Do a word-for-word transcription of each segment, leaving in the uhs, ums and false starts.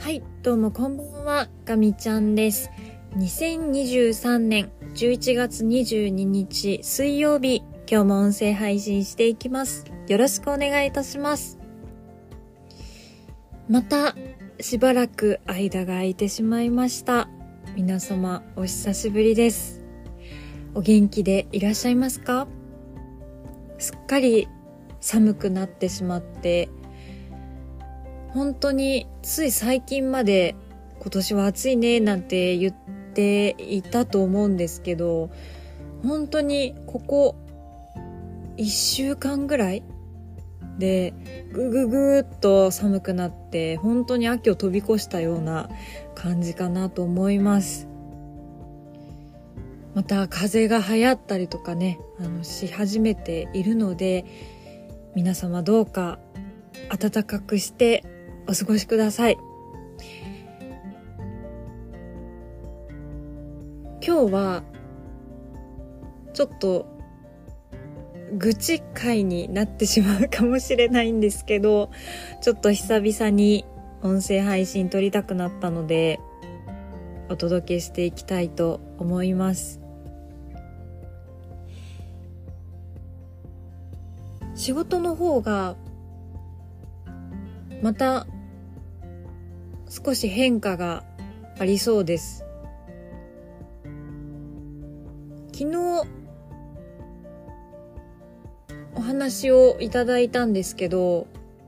はい、どうもこんばんは、ガミちゃんです。にせんにじゅうさんねんじゅういちがつにじゅうににち水曜日、今日も音声配信していきます。よろしくお願いいたします。またしばらく間が空いてしまいました。皆様お久しぶりです。お元気でいらっしゃいますか？すっかり寒くなってしまって、本当につい最近まで今年は暑いねなんて言っていたと思うんですけど、本当にここいっしゅうかんぐらいでぐぐぐーっと寒くなって、本当に秋を飛び越したような感じかなと思います。また風邪が流行ったりとかね、あのし始めているので、皆様どうか暖かくしてお過ごしください。今日はちょっと愚痴会になってしまうかもしれないんですけど、ちょっと久々に音声配信撮りたくなったのでお届けしていきたいと思います。仕事の方がまた少し変化がありそうです。昨日お話をいただいたんですけど、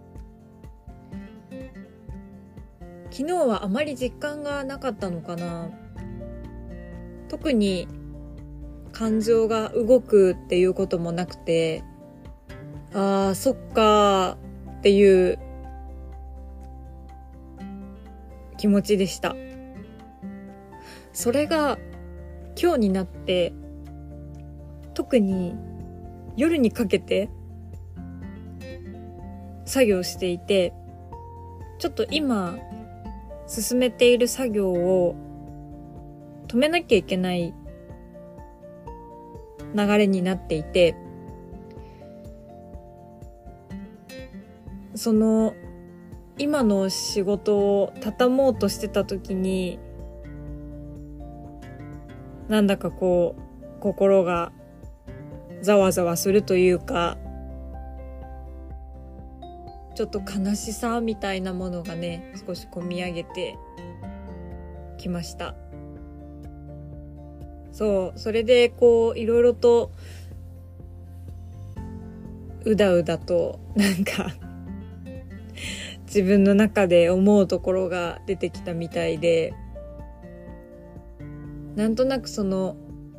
昨日はあまり実感がなかったのかな。特に感情が動くっていうこともなくて、あーそっかーっていう気持ちでした。それが今日になって、特に夜にかけて作業していて、ちょっと今進めている作業を止めなきゃいけない流れになっていて、その今の仕事を畳もうとしてた時に、なんだかこう心がざわざわするというか、ちょっと悲しさみたいなものがね、少しこみ上げてきました。そう、それでこういろいろとうだうだとなんか自分の中で思うところが出てきたみたいで、なんとなくその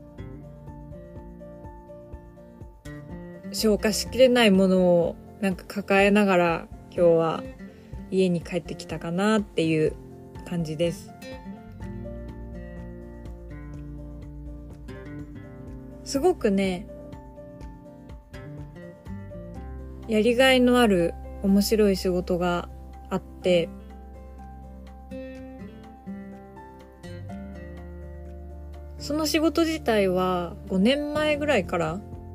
消化しきれないものをなんか抱えながら今日は家に帰ってきたかなっていう感じです。すごくね、やりがいのある面白い仕事があって、その仕事自体はごねんまえぐらいから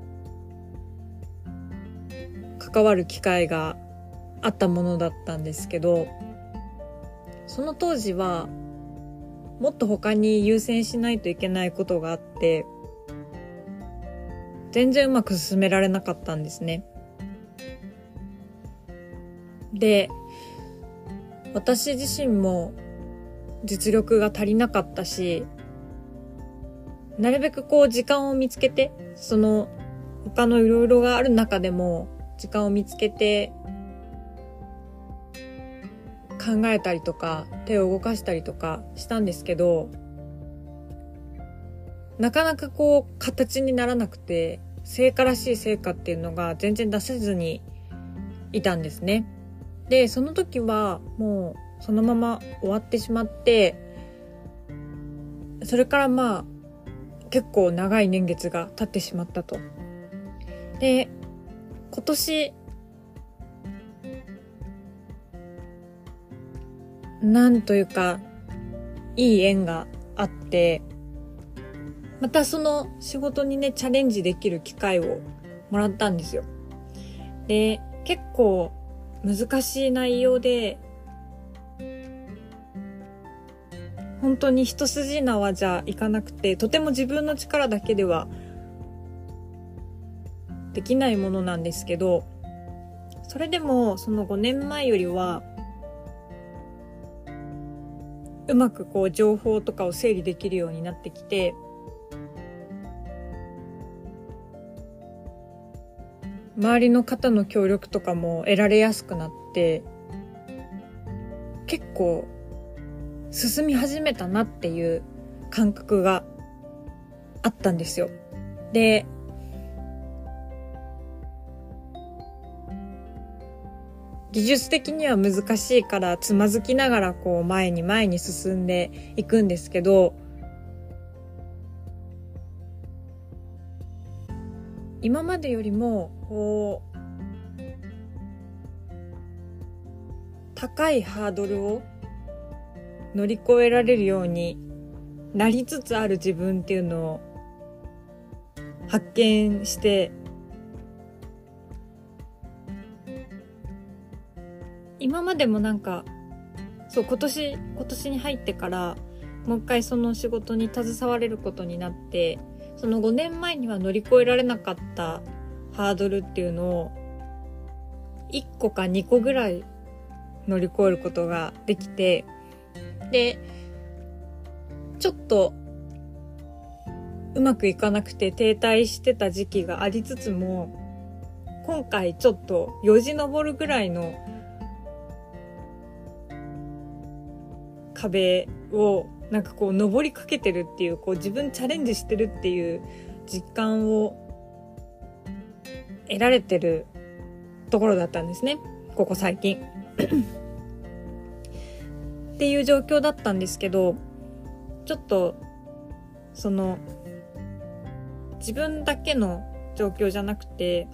関わる機会があったものだったんですけど、その当時はもっと他に優先しないといけないことがあって、全然うまく進められなかったんですね。で、私自身も実力が足りなかったし、なるべくこう時間を見つけて、その他のいろいろがある中でも時間を見つけて考えたりとか手を動かしたりとかしたんですけど、なかなかこう形にならなくて、成果らしい成果っていうのが全然出せずにいたんですね。で、その時はもうそのまま終わってしまって、それからまあ結構長い年月が経ってしまったと。で、今年なんというかいい縁があって、またその仕事にねチャレンジできる機会をもらったんですよ。で、結構難しい内容で本当に一筋縄じゃいかなくて、とても自分の力だけではできないものなんですけど、それでもそのごねんまえよりはうまくこう情報とかを整理できるようになってきて、周りの方の協力とかも得られやすくなって、結構進み始めたなっていう感覚があったんですよ。で、技術的には難しいからつまずきながらこう前に前に進んでいくんですけど、今までよりもこう高いハードルを乗り越えられるようになりつつある自分っていうのを発見して、今までもなんかそう今年今年に入ってからもう一回その仕事に携われることになって、そのごねんまえには乗り越えられなかったハードルっていうのをいっこかにこぐらい乗り越えることができて、でちょっとうまくいかなくて停滞してた時期がありつつも、今回ちょっとよじ登るぐらいの壁をなんかこう登りかけてるっていう、こう自分チャレンジしてるっていう実感を得られてるところだったんですね、ここ最近っていう状況だったんですけど、ちょっとその自分だけの状況じゃなくて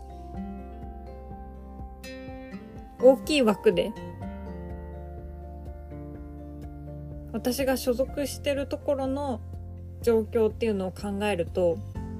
大きい枠で私が所属してるところの状況っていうのを考えると、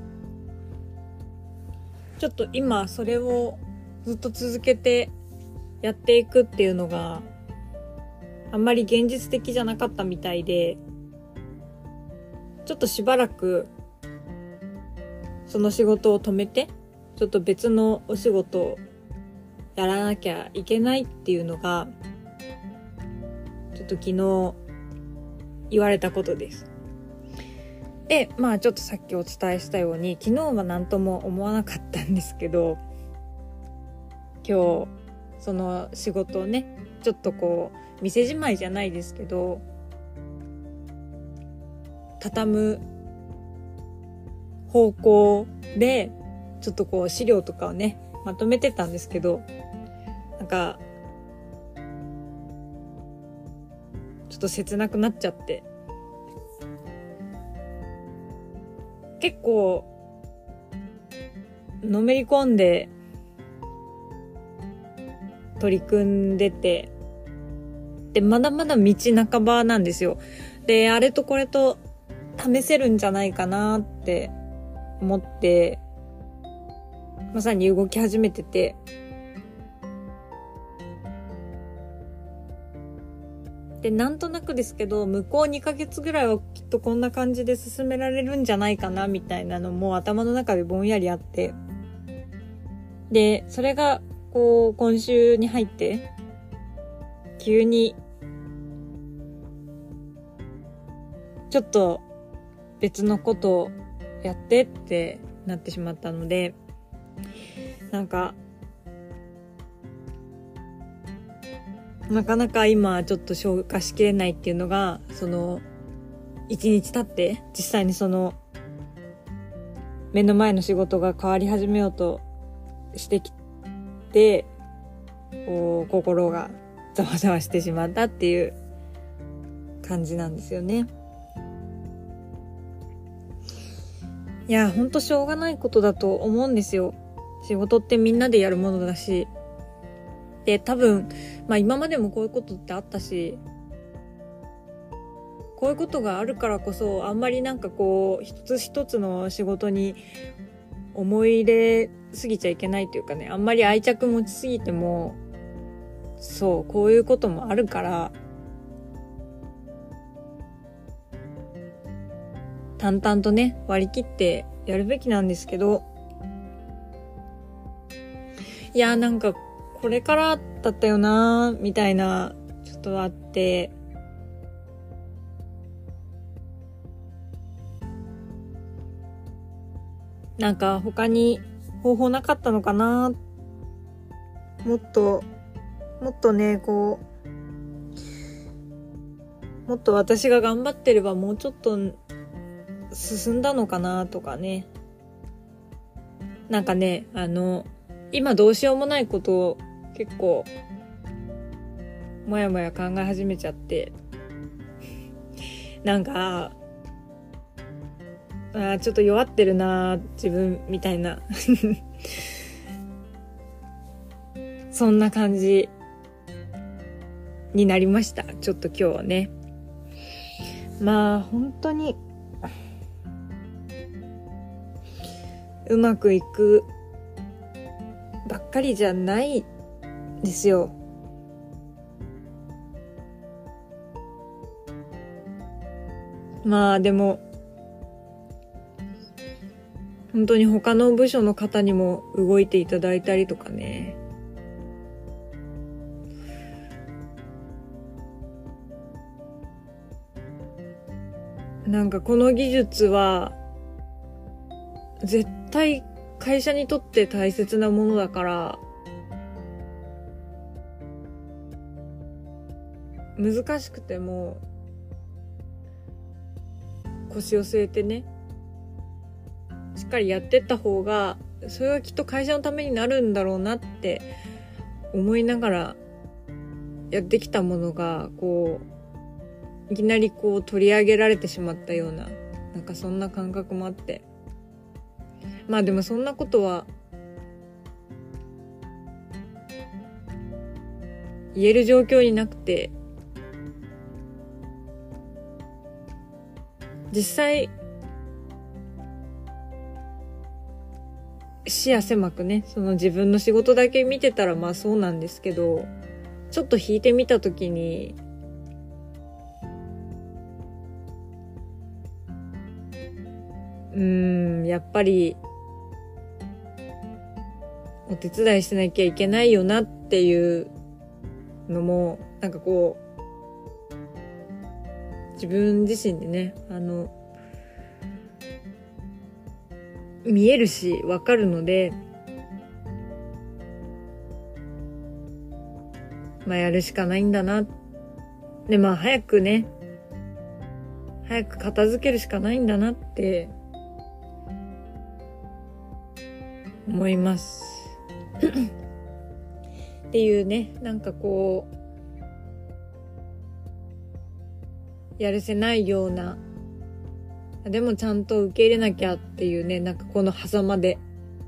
ちょっと今それをずっと続けてやっていくっていうのがあんまり現実的じゃなかったみたいで、ちょっとしばらくその仕事を止めてちょっと別のお仕事をやらなきゃいけないっていうのがちょっと昨日言われたことです。で、まあちょっとさっきお伝えしたように、昨日は何とも思わなかったんですけど、今日その仕事をね、ちょっとこう店じまいじゃないですけど畳む方向でちょっとこう資料とかをねまとめてたんですけど、なんかちょっと切なくなっちゃって、結構のめり込んで取り組んでて、でまだまだ道半ばなんですよ。であれとこれと試せるんじゃないかなって思ってまさに動き始めてて、でなんとなくですけど向こうにかげつぐらいはきっとこんな感じで進められるんじゃないかなみたいなのも頭の中でぼんやりあって、でそれがこう今週に入って急にちょっと別のことをやってってなってしまったので、なんかなかなか今ちょっと消化しきれないっていうのが、その一日経って実際にその目の前の仕事が変わり始めようとしてきて、こう心がざわざわしてしまったっていう感じなんですよね。いやほんとしょうがないことだと思うんですよ。仕事ってみんなでやるものだし、で多分まあ今までもこういうことってあったし、こういうことがあるからこそあんまりなんかこう一つ一つの仕事に思い入れすぎちゃいけないというかね、あんまり愛着持ちすぎてもそうこういうこともあるから、 淡々とね割り切ってやるべきなんですけど、いやなんかこれからだったよなみたいなちょっとあって、なんか他に方法なかったのかな、もっともっとねこうもっと私が頑張ってればもうちょっと進んだのかなとかね、なんかねあの今どうしようもないことを結構もやもや考え始めちゃって、なんかあちょっと弱ってるな自分みたいなそんな感じになりました。ちょっと今日はね、まあ本当にうまくいくばっかりじゃないですよ。まあでも本当に他の部署の方にも動いていただいたりとかね、なんかこの技術は絶対会社にとって大切なものだから、難しくても腰を据えてねしっかりやってった方が、それはきっと会社のためになるんだろうなって思いながらやってきたものが、こういきなりこう取り上げられてしまったような、なんかそんな感覚もあって、まあでもそんなことは言える状況になくて、実際視野狭くねその自分の仕事だけ見てたらまあそうなんですけど、ちょっと引いてみたときにうーんやっぱりお手伝いしなきゃいけないよなっていうのもなんかこう自分自身でねあの見えるしわかるので、まあやるしかないんだな。でまあ早くね早く片付けるしかないんだなって思いますっていうね、なんかこうやるせないような、でもちゃんと受け入れなきゃっていうね、なんかこの狭間で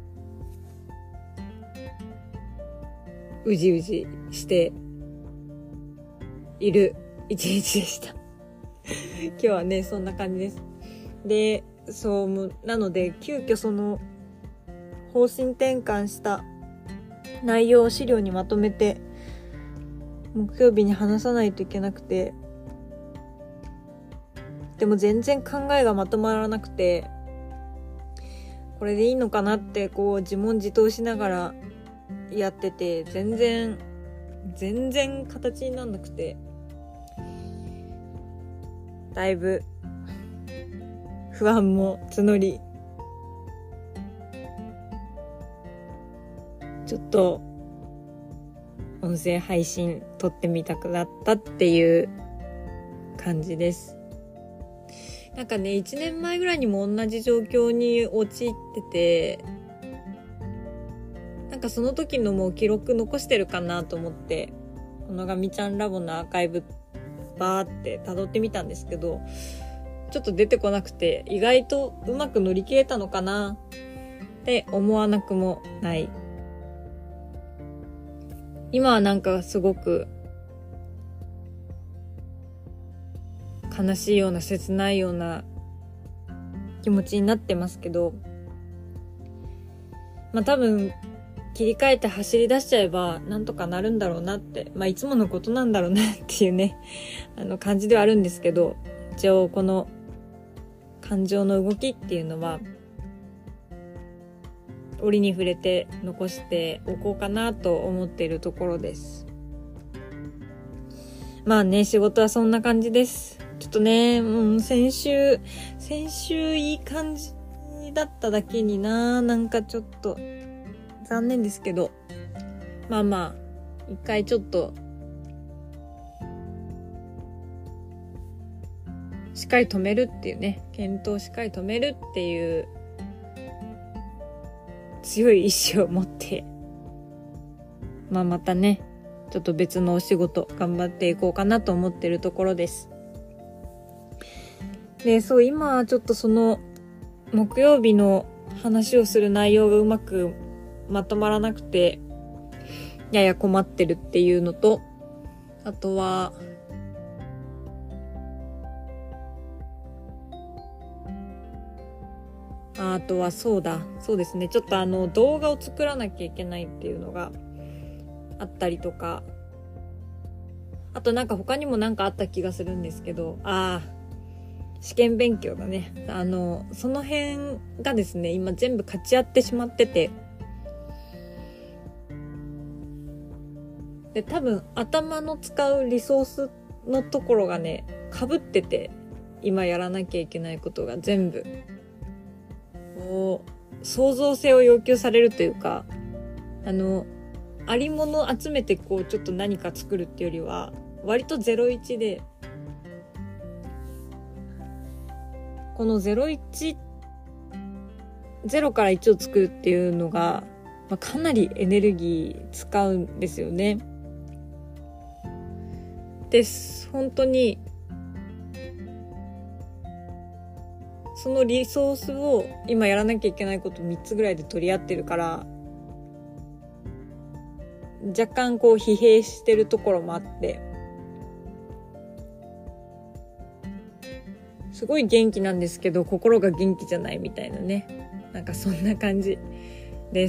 うじうじしている一日でした今日はねそんな感じです。でそうなので急遽その方針転換した内容を資料にまとめて木曜日に話さないといけなくて、でも全然考えがまとまらなくて、これでいいのかなってこう自問自答しながらやってて、全然全然形にならなくて、だいぶ不安も募り、ちょっと音声配信撮ってみたくなったっていう感じです。なんかねいちねんまえぐらいにも同じ状況に陥ってて、なんかその時のもう記録残してるかなと思ってこのガミちゃんラボのアーカイブバーって辿ってみたんですけど、ちょっと出てこなくて、意外とうまく乗り切れたのかなって思わなくもない。今はなんかすごく悲しいような切ないような気持ちになってますけど、まあ多分切り替えて走り出しちゃえばなんとかなるんだろうなって、まあいつものことなんだろうなっていうねあの感じではあるんですけど、一応この感情の動きっていうのは折に触れて残しておこうかなと思っているところです。まあね、仕事はそんな感じです。ちょっとね、うん、先週先週いい感じだっただけにな、なんかちょっと残念ですけど、まあまあ一回ちょっとしっかり止めるっていうね、検討をしっかり止めるっていう強い意志を持って、まあまたね、ちょっと別のお仕事頑張っていこうかなと思ってるところです。で、そう、今ちょっとその木曜日の話をする内容がうまくまとまらなくて、やや困ってるっていうのと、あとは、あとはそうだ、そうですね、ちょっとあの動画を作らなきゃいけないっていうのがあったりとか、あとなんか他にもなんかあった気がするんですけど、ああ、試験勉強だね。あの、その辺がですね、今全部勝ち合ってしまってて、で、多分頭の使うリソースのところがね、被ってて、今やらなきゃいけないことが全部、こう、創造性を要求されるというか、あの、ありもの集めてこうちょっと何か作るっていうよりは割とゼロイチで、このゼロイチゼロからいちを作るっていうのが、まあ、かなりエネルギー使うんですよね。で、本当にそのリソースを今やらなきゃいけないことみっつぐらいで取り合ってるから、若干こう疲弊してるところもあって、すごい元気なんですけど心が元気じゃないみたいなね、なんかそんな感じです。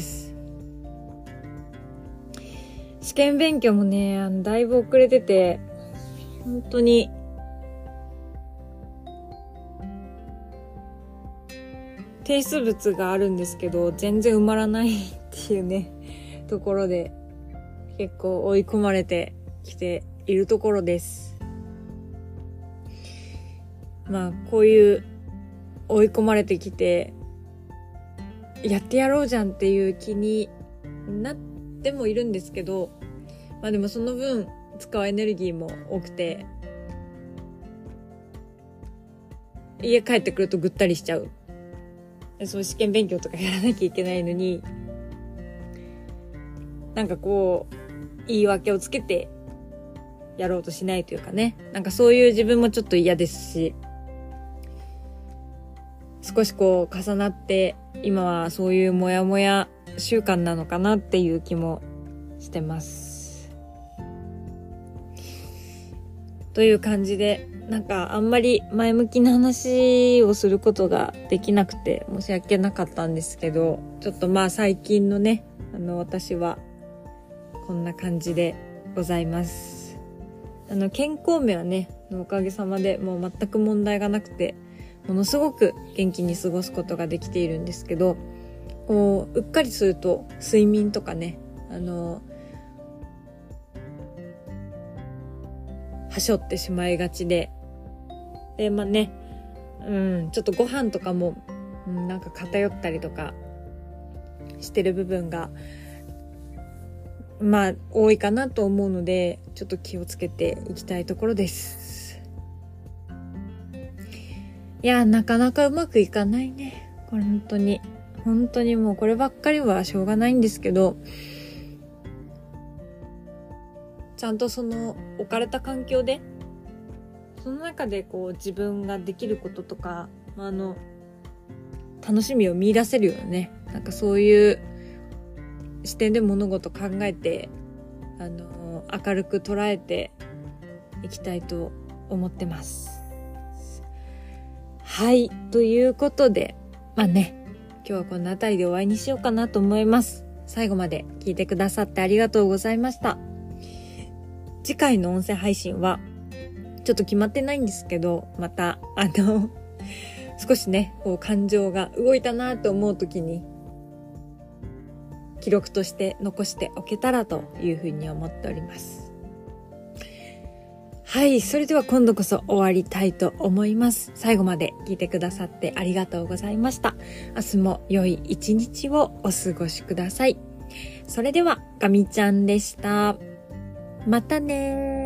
試験勉強もね、あのだいぶ遅れてて、本当に提出物があるんですけど全然埋まらないっていうねところで結構追い込まれてきているところです。まあこういう追い込まれてきてやってやろうじゃんっていう気になってもいるんですけど、まあでもその分使うエネルギーも多くて、家帰ってくるとぐったりしちゃう。その試験勉強とかやらなきゃいけないのに、なんかこう言い訳をつけてやろうとしないというかね、なんかそういう自分もちょっと嫌ですし、少しこう重なって今はそういうモヤモヤ習慣なのかなっていう気もしてます。という感じで、なんかあんまり前向きな話をすることができなくて申し訳なかったんですけど、ちょっとまあ最近のね、あの私はこんな感じでございます。あの健康面はね、おかげさまでもう全く問題がなくて、ものすごく元気に過ごすことができているんですけど、こううっかりすると睡眠とかね、あのはしょってしまいがちで、でまあね、うんちょっとご飯とかも、うん、なんか偏ったりとかしてる部分がまあ多いかなと思うので、ちょっと気をつけていきたいところです。いやなかなかうまくいかないね、これ本当に本当にもうこればっかりはしょうがないんですけど、ちゃんとその置かれた環境でその中でこう自分ができることとか、あの楽しみを見出せるようなね、なんかそういう視点で物事考えて、あの明るく捉えていきたいと思ってます。はい、ということで、まあね、今日はこのあたりで終わりにしようかなと思います。最後まで聞いてくださってありがとうございました。次回の音声配信はちょっと決まってないんですけど、またあの少しね、こう感情が動いたなと思うときに、記録として残しておけたらというふうに思っております。はい、それでは今度こそ終わりたいと思います。最後まで聞いてくださってありがとうございました。明日も良い一日をお過ごしください。それでは、ガミちゃんでした。またねー。